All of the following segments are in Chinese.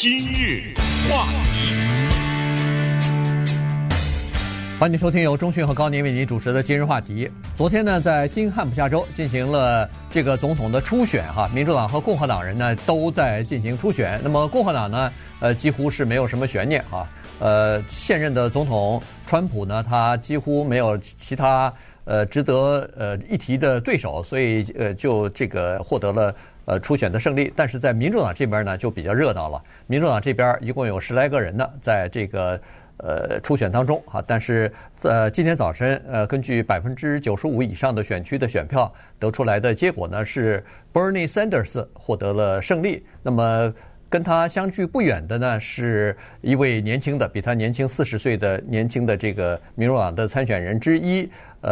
今日话题， 欢迎收听由钟讯和高宁为您主持的今日话题。昨天呢，在新罕布夏州进行了这个总统的初选哈，民主党和共和党人呢都在进行初选。那么共和党呢，几乎是没有什么悬念哈。现任的总统川普呢，他几乎没有其他值得一提的对手，所以就这个获得了初选的胜利。但是在民主党这边呢就比较热闹了，民主党这边一共有10来个人呢，在这个初选当中啊，但是今天早晨根据95%以上的选区的选票得出来的结果呢，是 Bernie Sanders 获得了胜利。那么跟他相距不远的呢，是一位年轻的，比他年轻40岁的年轻的这个民主党的参选人之一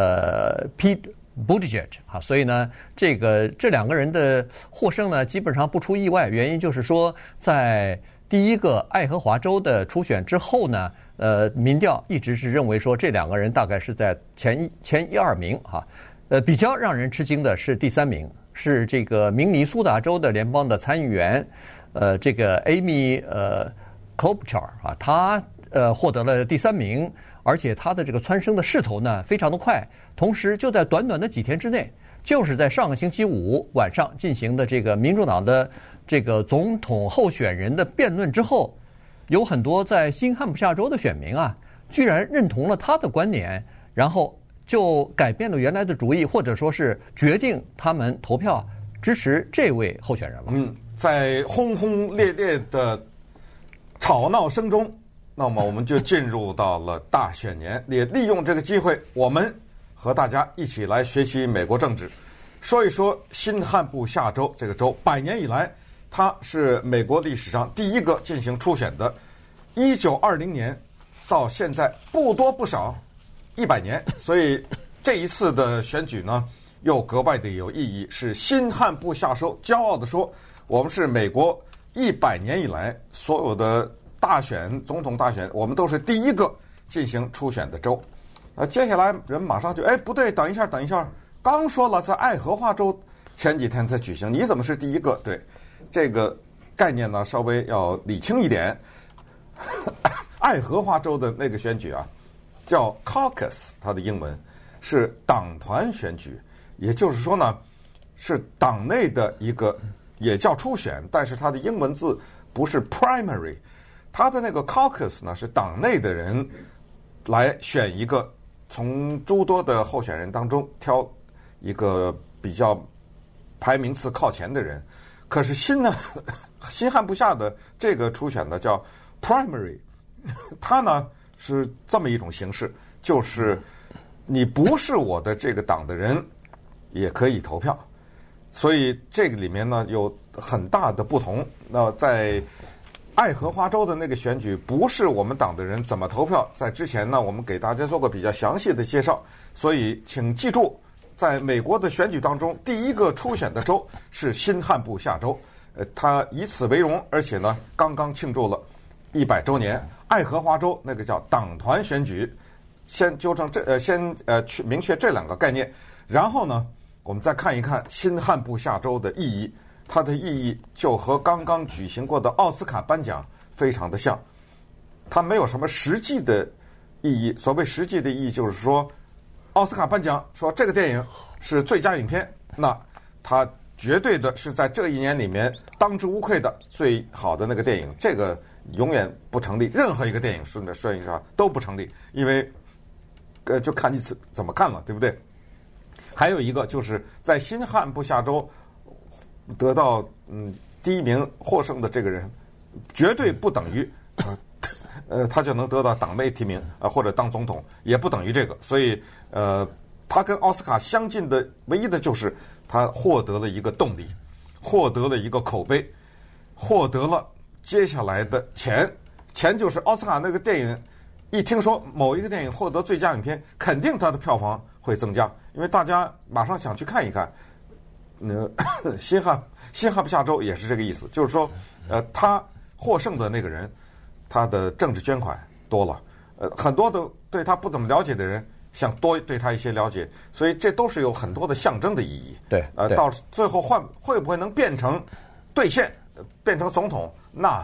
，Pete Buttigieg 啊，所以呢，这两个人的获胜呢，基本上不出意外，原因就是说，在第一个爱荷华州的初选之后呢，民调一直是认为说这两个人大概是在前一二名哈，比较让人吃惊的是第3名，是这个明尼苏达州的联邦的参议员，这个 Amy Klobuchar 啊，她获得了第3名，而且她的这个蹿升的势头呢非常的快，同时就在短短的几天之内，就是在上个星期五晚上进行的这个民主党的这个总统候选人的辩论之后，有很多在新罕布夏州的选民啊，居然认同了他的观点，然后就改变了原来的主意，或者说是决定他们投票支持这位候选人了。 在轰轰烈烈的吵闹声中，那么我们就进入到了大选年，也利用这个机会，我们和大家一起来学习美国政治，说一说新罕布夏州这个州，100年以来，它是美国历史上第一个进行初选的。1920年到现在不多不少100年，所以这一次的选举呢，又格外的有意义。是新罕布夏州骄傲地说，我们是美国100年以来所有的大选、总统大选，我们都是第一个进行初选的州。接下来人马上就不对，等一下，刚说了在爱荷华州前几天才举行，你怎么是第一个？对，这个概念呢稍微要理清一点。爱荷华州的那个选举啊，叫 caucus， 它的英文是党团选举，也就是说呢，是党内的一个，也叫初选，但是它的英文字不是 primary， 它的那个 caucus 呢是党内的人来选一个，从诸多的候选人当中挑一个比较排名次靠前的人。可是新罕布夏的这个初选呢叫 primary， 它呢是这么一种形式，就是你不是我的这个党的人也可以投票，所以这个里面呢有很大的不同。那在爱荷华州的那个选举，不是我们党的人怎么投票，在之前呢我们给大家做过比较详细的介绍，所以请记住，在美国的选举当中，第一个初选的州是新罕布夏州，它以此为荣，而且呢刚刚庆祝了100周年。爱荷华州那个叫党团选举，先纠正明确这2个概念，然后呢我们再看一看新罕布夏州的意义。它的意义就和刚刚举行过的奥斯卡颁奖非常的像，它没有什么实际的意义。所谓实际的意义，就是说奥斯卡颁奖说这个电影是最佳影片，那它绝对的是在这一年里面当之无愧的最好的那个电影，这个永远不成立。任何一个电影顺序上都不成立，因为就看你怎么看了，对不对？还有一个就是在新罕布夏州得到第1名获胜的这个人，绝对不等于他就能得到党内提名或者当总统，也不等于这个。所以他跟奥斯卡相近的唯一的就是他获得了一个动力，获得了一个口碑，获得了接下来的钱就是奥斯卡那个电影，一听说某一个电影获得最佳影片，肯定它的票房会增加，因为大家马上想去看一看。新罕布夏州也是这个意思，就是说，他获胜的那个人，他的政治捐款多了，很多的对他不怎么了解的人想多对他一些了解，所以这都是有很多的象征的意义。 对， 到最后会不会能变成兑现，变成总统，那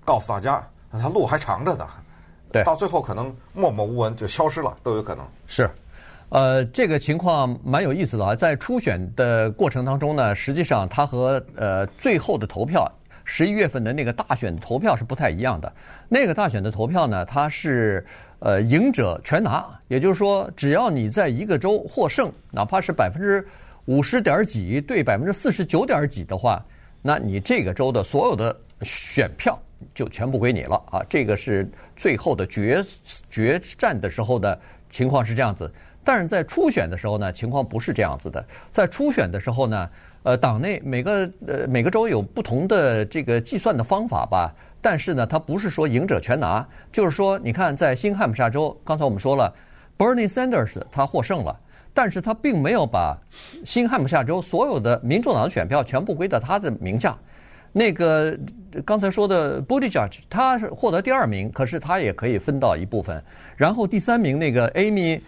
告诉大家，他路还长着呢。 对， 到最后可能默默无闻就消失了，都有可能。 是，这个情况蛮有意思的啊。在初选的过程当中呢，实际上它和最后的投票，11月份的那个大选投票是不太一样的。那个大选的投票呢，它是赢者全拿，也就是说，只要你在一个州获胜，哪怕是50%点几对49%点几的话，那你这个州的所有的选票就全部归你了啊！这个是最后的决战的时候的情况是这样子，但是在初选的时候呢，情况不是这样子的。在初选的时候呢，党内每个州有不同的这个计算的方法吧，但是呢，它不是说赢者全拿，就是说，你看在新汉普夏州，刚才我们说了 ，Bernie Sanders 他获胜了。但是他并没有把新汉普夏州所有的民主党的选票全部归到他的名下。那个刚才说的 Buttigieg 他是获得第2名，可是他也可以分到一部分。然后第3名那个 Amy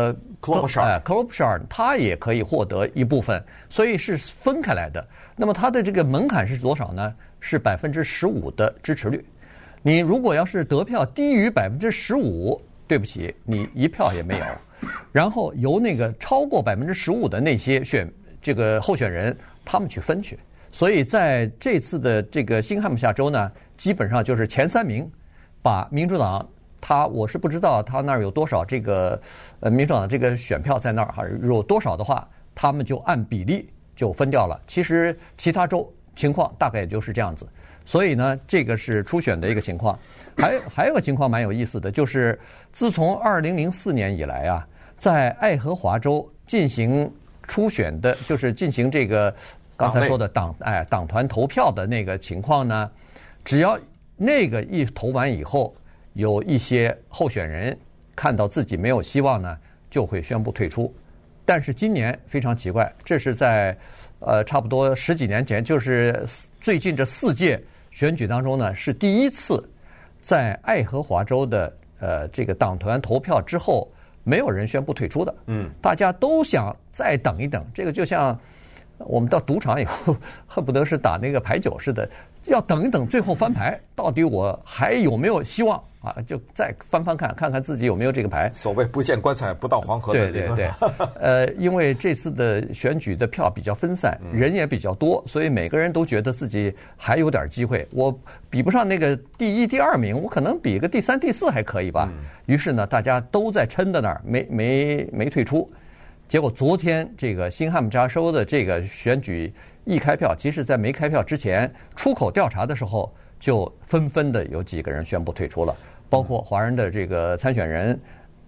Klobuchar 他也可以获得一部分，所以是分开来的。那么他的这个门槛是多少呢？是15%的支持率。你如果要是得票低于15%，对不起，你一票也没有。然后由那个超过15%的那些这个候选人他们去分去，所以在这次的这个新汉普夏州呢，基本上就是前3名把民主党我是不知道他那儿有多少这个民主党这个选票在那儿哈，如果多少的话，他们就按比例就分掉了。其实其他州情况大概也就是这样子，所以呢，这个是初选的一个情况。还有个情况蛮有意思的，就是自从2004年以来啊，在爱荷华州进行初选的，就是进行这个刚才说的党团投票的那个情况呢，只要那个一投完以后，有一些候选人看到自己没有希望呢，就会宣布退出。但是今年非常奇怪，这是在差不多10几年前，就是最近这4届选举当中呢，是第一次在爱荷华州的这个党团投票之后，没有人宣布退出的。大家都想再等一等。这个就像我们到赌场以后，恨不得是打那个牌九似的，要等一等，最后翻牌，到底我还有没有希望啊？就再翻看，看看自己有没有这个牌。 所谓不见棺材不到黄河的理论。 对，因为这次的选举的票比较分散，人也比较多，所以每个人都觉得自己还有点机会。我比不上那个第1、第2名，我可能比个第3、第4还可以吧。于是呢，大家都在撑在那儿，没退出。结果昨天这个新汉普夏州的这个选举一开票，其实在没开票之前，出口调查的时候就纷纷的有几个人宣布退出了，包括华人的这个参选人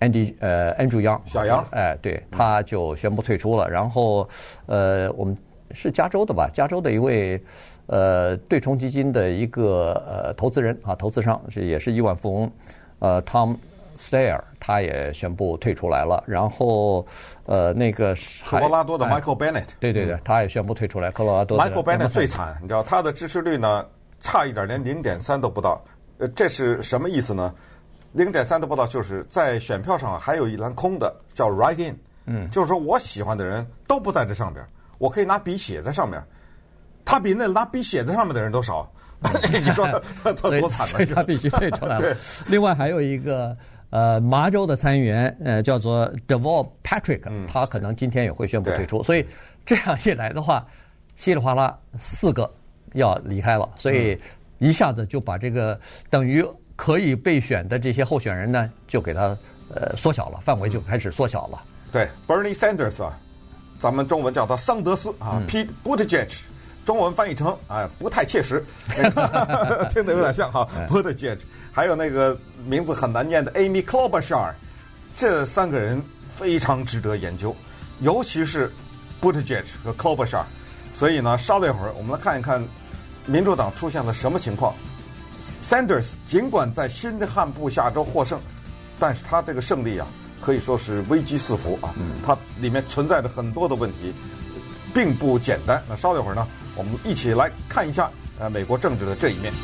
Andrew Yang 小杨， 对，他就宣布退出了。然后我们是加州的吧，加州的一位对冲基金的一个投资人啊，投资商也是亿万富翁Tom Steyer 他也宣布退出来了，然后那个科罗拉多的 Michael Bennet， 对，他也宣布退出来。科罗拉多的 Michael Bennet 最惨，你知道他的支持率呢差一点，连0.3都不到。这是什么意思呢？0.3都不到，就是在选票上还有一栏空的，叫 Write In，就是说我喜欢的人都不在这上边，我可以拿笔写在上面，他比那拿笔写在上面的人都少。你说他多惨呢？ 所以他必须退出来了。 对， 另外还有一个麻州的参议员叫做 Deval Patrick，他可能今天也会宣布退出。所以这样一来的话，稀里哗啦4个要离开了，所以一下子就把这个等于可以被选的这些候选人呢，就给他缩小了，范围就开始缩小了。 对 ，Bernie Sanders 啊，咱们中文叫他桑德斯啊，Pete Buttigieg。中文翻译成不太切实，听得有点像哈 Buttigieg， 还有那个名字很难念的 Amy Klobuchar， 这3个人非常值得研究，尤其是 Buttigieg 和 Klobuchar。所以呢，稍等一会儿我们来看一看民主党出现了什么情况。Sanders 尽管在新汉普夏州获胜，但是他这个胜利啊，可以说是危机四伏啊，它里面存在着很多的问题，并不简单。那稍等一会儿呢，我们一起来看一下美国政治的这一面。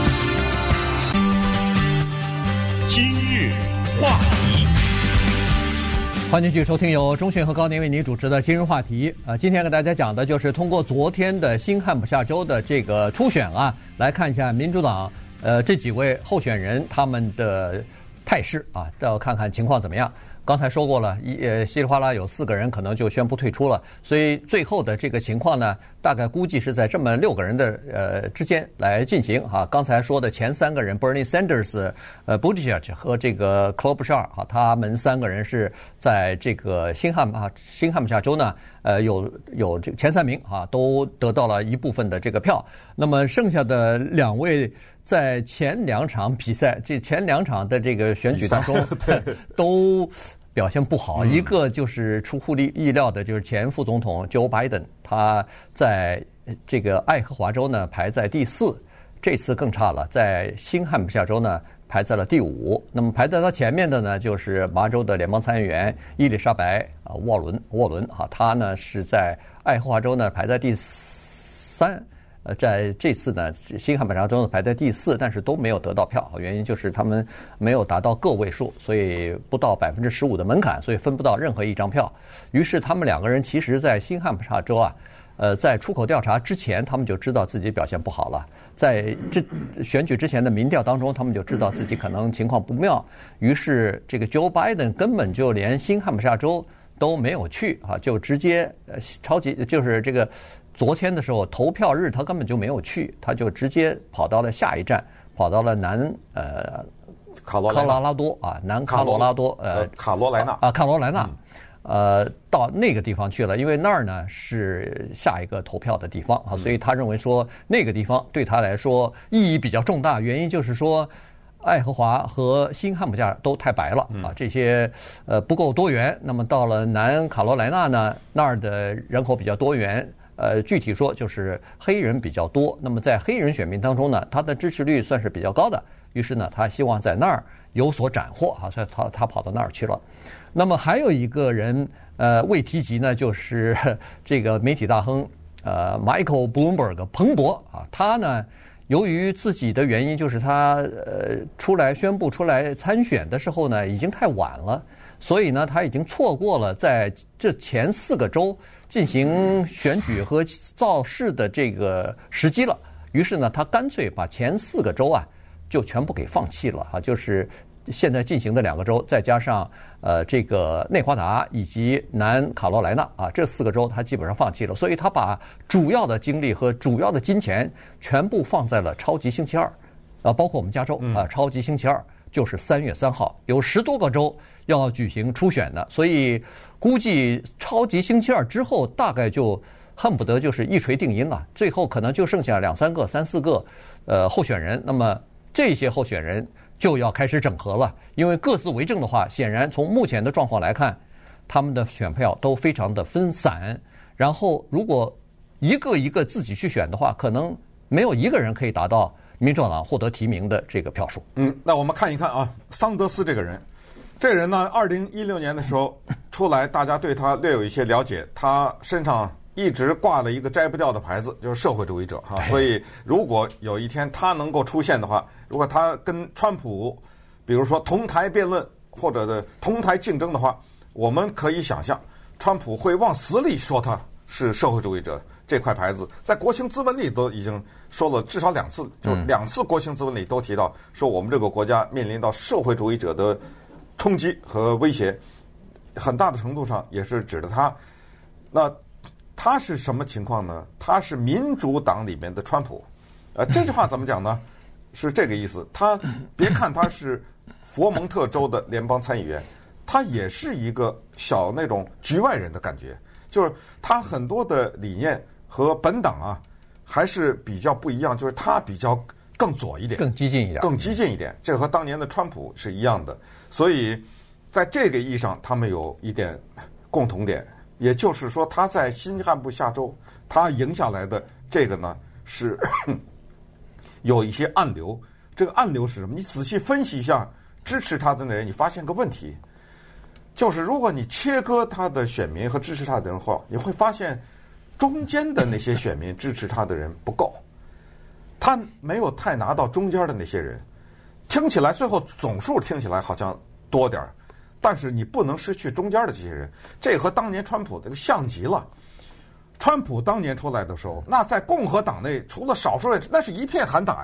今日话题， 欢迎继续收听由钟迅和高宁为您主持的今日话题。今天给大家讲的就是通过昨天的新汉普夏州的这个初选啊，来看一下民主党这几位候选人他们的态势啊，都要看看情况怎么样。刚才说过了，稀里哗啦有4个人可能就宣布退出了，所以最后的这个情况呢，大概估计是在这么6个人的之间来进行哈。刚才说的前3个人 Bernie Sanders、Buttigieg 和这个 Klobuchar 啊，他们3个人是在这个新罕布夏州呢，有这前3名啊，都得到了一部分的这个票。那么剩下的2位在前2场比赛，这前2场的这个选举当中都表现不好，一个就是出乎意料的，就是前副总统 Joe Biden， 他在这个爱荷华州呢排在第4，这次更差了，在新罕布夏州呢排在了第5。那么排在他前面的呢，就是麻州的联邦参议员伊丽莎白沃伦哈，他呢是在爱荷华州呢排在第3。在这次呢，新罕布夏州排在第4，但是都没有得到票，原因就是他们没有达到个位数，所以不到15%的门槛，所以分不到任何一张票。于是他们2个人其实在新罕布夏州啊，在出口调查之前，他们就知道自己表现不好了。在选举之前的民调当中，他们就知道自己可能情况不妙。于是这个 Joe Biden 根本就连新罕布夏州都没有去啊，就直接就是这个。昨天的时候，投票日他根本就没有去，他就直接跑到了下一站，跑到了南卡罗拉多啊，南卡罗拉多卡罗莱纳啊，卡罗莱纳，到那个地方去了，因为那儿呢是下一个投票的地方啊，所以他认为说那个地方对他来说意义比较重大，原因就是说爱荷华和新罕布夏都太白了啊，这些不够多元。那么到了南卡罗莱纳呢，那儿的人口比较多元。具体说就是黑人比较多，那么在黑人选民当中呢，他的支持率算是比较高的，于是呢，他希望在那儿有所斩获啊，所以他跑到那儿去了。那么还有一个人未提及呢，就是这个媒体大亨Michael Bloomberg 彭博啊，他呢由于自己的原因，就是他宣布出来参选的时候呢，已经太晚了，所以呢，他已经错过了在这前4个州进行选举和造势的这个时机了。于是呢，他干脆把前4个州啊就全部给放弃了啊，就是现在进行的2个州，再加上这个内华达以及南卡罗来纳啊，这4个州他基本上放弃了。所以他把主要的精力和主要的金钱全部放在了超级星期2啊，包括我们加州啊，超级星期2就是3月3号，有10多个州要举行初选的，所以估计超级星期2之后大概就恨不得就是一锤定音了，最后可能就剩下2、3个、3、4个候选人。那么这些候选人就要开始整合了，因为各自为政的话，显然从目前的状况来看，他们的选票都非常的分散。然后如果一个一个自己去选的话，可能没有一个人可以达到民主党获得提名的这个票数。 那我们看一看啊，桑德斯这个人呢，2016年的时候出来，大家对他略有一些了解，他身上一直挂了一个摘不掉的牌子，就是社会主义者哈。所以如果有一天他能够出现的话，如果他跟川普，比如说同台辩论或者的同台竞争的话，我们可以想象，川普会往死里说他是社会主义者。这块牌子在国情咨文里都已经说了至少2次，就2次国情咨文里都提到说我们这个国家面临到社会主义者的冲击和威胁，很大的程度上也是指的他。那他是什么情况呢？他是民主党里面的川普。这句话怎么讲呢？是这个意思。他别看他是佛蒙特州的联邦参议员，他也是一个小那种局外人的感觉，就是他很多的理念和本党啊还是比较不一样，就是他比较更左一点， 更激进一点， 这和当年的川普是一样的。所以在这个意义上，他们有一点共同点，也就是说他在新罕布夏州他赢下来的这个呢是有一些暗流。这个暗流是什么？你仔细分析一下支持他的人，你发现个问题，就是如果你切割他的选民和支持他的人后，你会发现中间的那些选民支持他的人不够，他没有太拿到中间的那些人。听起来最后总数听起来好像多点儿，但是你不能失去中间的这些人。这和当年川普这个像极了。川普当年出来的时候，那在共和党内除了少数人，那是一片喊打呀。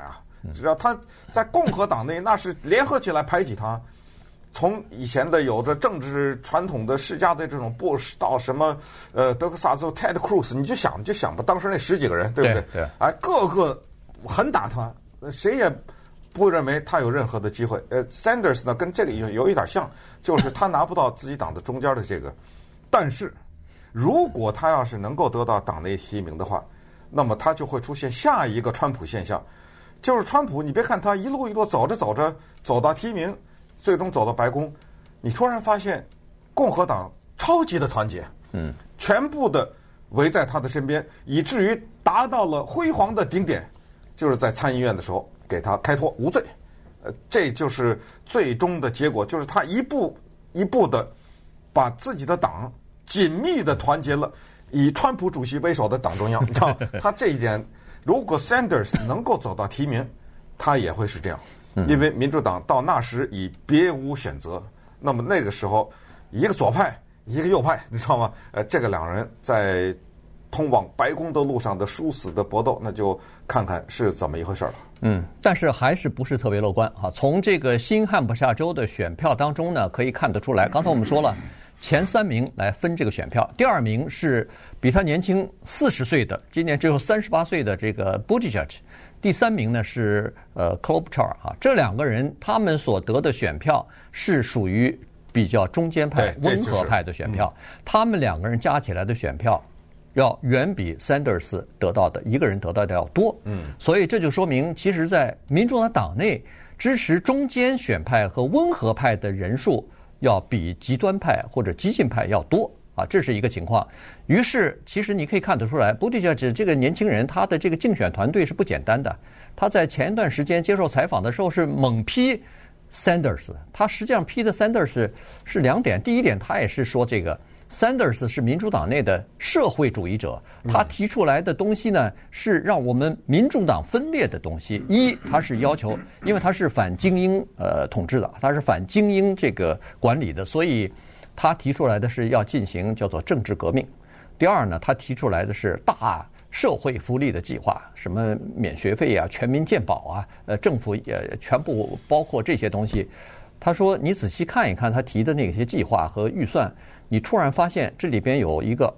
只要他在共和党内，那是联合起来排挤他。从以前的有着政治传统的世家的这种布什到什么德克萨斯 Ted Cruz， 你就想吧，当时那10几个人，对不对？ 对， 哎，个个狠打他，谁也不认为他有任何的机会。Sanders 呢跟这个有一点像，就是他拿不到自己党的中间的这个，但是如果他要是能够得到党内提名的话，那么他就会出现下一个川普现象，就是川普，你别看他一路走着走到提名。最终走到白宫，你突然发现共和党超级的团结，全部的围在他的身边，以至于达到了辉煌的顶点，就是在参议院的时候给他开脱无罪，这就是最终的结果，就是他一步一步的把自己的党紧密的团结了，以川普主席为首的党中央，你知道他这一点，如果 Sanders 能够走到提名，他也会是这样。因为民主党到那时已别无选择，那么那个时候，一个左派，一个右派，你知道吗？这个两人在通往白宫的路上的殊死的搏斗，那就看看是怎么一回事了。 但是还是不是特别乐观哈。从这个新汉普夏州的选票当中呢，可以看得出来，刚才我们说了，前3名来分这个选票，第2名是比他年轻40岁的，今年只有38岁的这个 Buttigieg。第3名呢是Klobuchar 啊，这2个人他们所得的选票是属于比较中间派、温和派的选票，他们2个人加起来的选票要远比 Sanders 得到的一个人得到的要多。所以这就说明，其实，在民主党党内支持中间选派和温和派的人数要比极端派或者激进派要多。啊，这是一个情况。于是，其实你可以看得出来，Buttigieg这个年轻人，他的这个竞选团队是不简单的。他在前一段时间接受采访的时候是猛批 Sanders， 他实际上批的 Sanders 是2点。第一点，他也是说这个 Sanders 是民主党内的社会主义者，他提出来的东西呢是让我们民主党分裂的东西。他是要求，因为他是反精英统治的，他是反精英这个管理的，所以他提出来的是要进行叫做政治革命。第2呢，他提出来的是大社会福利的计划，什么免学费啊、全民健保啊，政府也全部包括这些东西。他说，你仔细看一看他提的那些计划和预算，你突然发现这里边有一个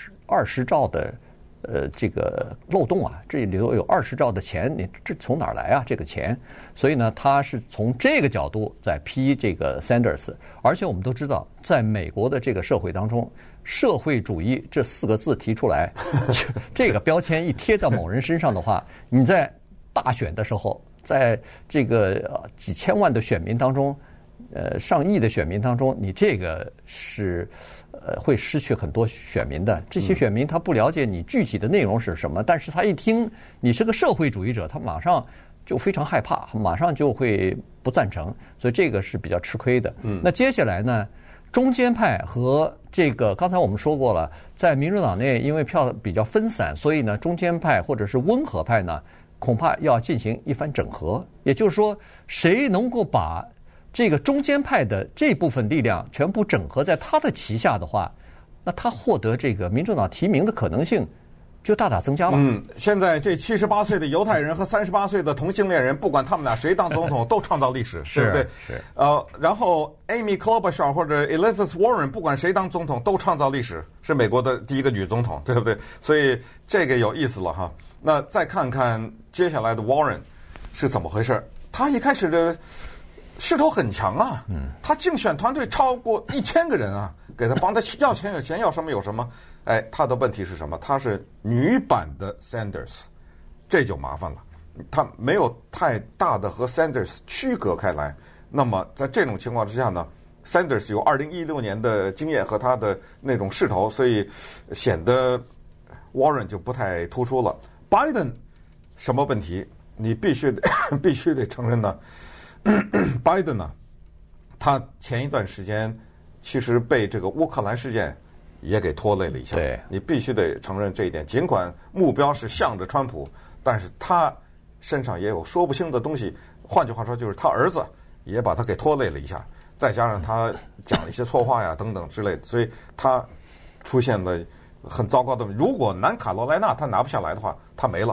20兆的这个漏洞啊，这里头有20兆的钱，你这从哪儿来啊？这个钱，所以呢，他是从这个角度在批这个 Sanders。而且我们都知道，在美国的这个社会当中，社会主义这4个字提出来，这个标签一贴到某人身上的话，你在大选的时候，在这个几千万的选民当中，上亿的选民当中，你这个是会失去很多选民的。这些选民他不了解你具体的内容是什么，但是他一听你是个社会主义者，他马上就非常害怕，马上就会不赞成，所以这个是比较吃亏的。那接下来呢，中间派和这个刚才我们说过了，在民主党内因为票比较分散，所以呢，中间派或者是温和派呢，恐怕要进行一番整合。也就是说，谁能够把这个中间派的这部分力量全部整合在他的旗下的话，那他获得这个民主党提名的可能性就大大增加了。 现在这78岁的犹太人和38岁的同性恋人，不管他们俩谁当总统，都创造历史，对不对？ 是。 然后 Amy Klobuchar 或者 Elizabeth Warren， 不管谁当总统，都创造历史，是美国的第一个女总统，对不对？所以这个有意思了哈。那再看看接下来的 Warren 是怎么回事？他一开始的势头很强啊，他竞选团队超过1000个人啊，给他帮他要钱有钱，要什么有什么。哎，他的问题是什么？他是女版的 Sanders， 这就麻烦了。他没有太大的和 Sanders 区隔开来。那么在这种情况之下呢， Sanders 有2016年的经验和他的那种势头，所以显得 Warren 就不太突出了。Biden 什么问题？你必须得承认呢。Biden 呢，他前一段时间其实被这个乌克兰事件也给拖累了一下。 对， 你必须得承认这一点。尽管目标是向着川普，但是他身上也有说不清的东西。换句话说，就是他儿子也把他给拖累了一下，再加上他讲了一些错话呀等等之类的，所以他出现了很糟糕的。如果南卡罗来纳他拿不下来的话，他没了。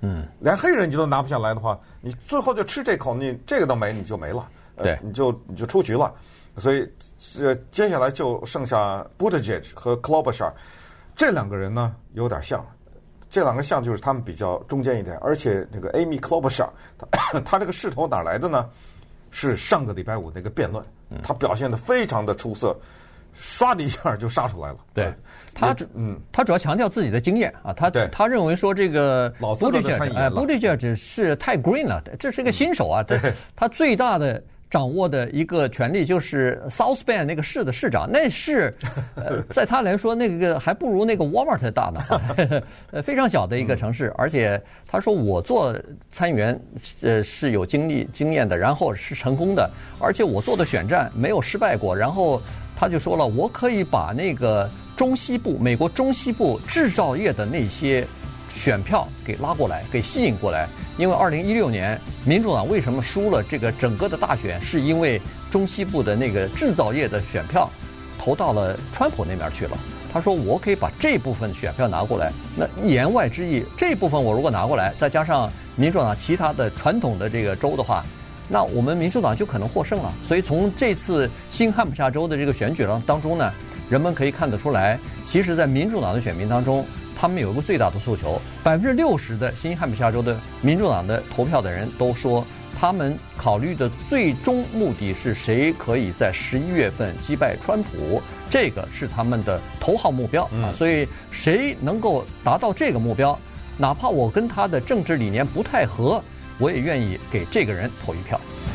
连黑人你都拿不下来的话，你最后就吃这口，你这个都没，你就没了， 对， 你就出局了。所以接下来就剩下 Buttigieg 和 Klobuchar 这两个人呢有点像，这两个像就是他们比较中间一点，而且这个 Amy Klobuchar 他这个势头哪来的呢？是上个礼拜五那个辩论，他表现得非常的出色，唰的一下就杀出来了。 对，他主要强调自己的经验啊，他认为说这个 Buttigieg 是太 green 了，这是一个新手啊，他最大的掌握的一个权力就是 South Bend 那个市的市长，那市在他来说那个还不如那个 Walmart 大呢，非常小的一个城市，而且他说我做参议员是有经验的，然后是成功的，而且我做的选战没有失败过，然后他就说了，我可以把那个美国中西部制造业的那些选票给拉过来，给吸引过来。因为2016年民主党为什么输了这个整个的大选，是因为中西部的那个制造业的选票投到了川普那边去了。他说我可以把这部分选票拿过来，那言外之意，这部分我如果拿过来，再加上民主党其他的传统的这个州的话，那我们民主党就可能获胜了。所以从这次新罕布夏州的这个选举当中呢，人们可以看得出来，其实在民主党的选民当中，他们有一个最大的诉求，60%的新罕布夏州的民主党的投票的人都说，他们考虑的最终目的是谁可以在11月份击败川普，这个是他们的头号目标啊。所以谁能够达到这个目标，哪怕我跟他的政治理念不太合，我也愿意给这个人投一票。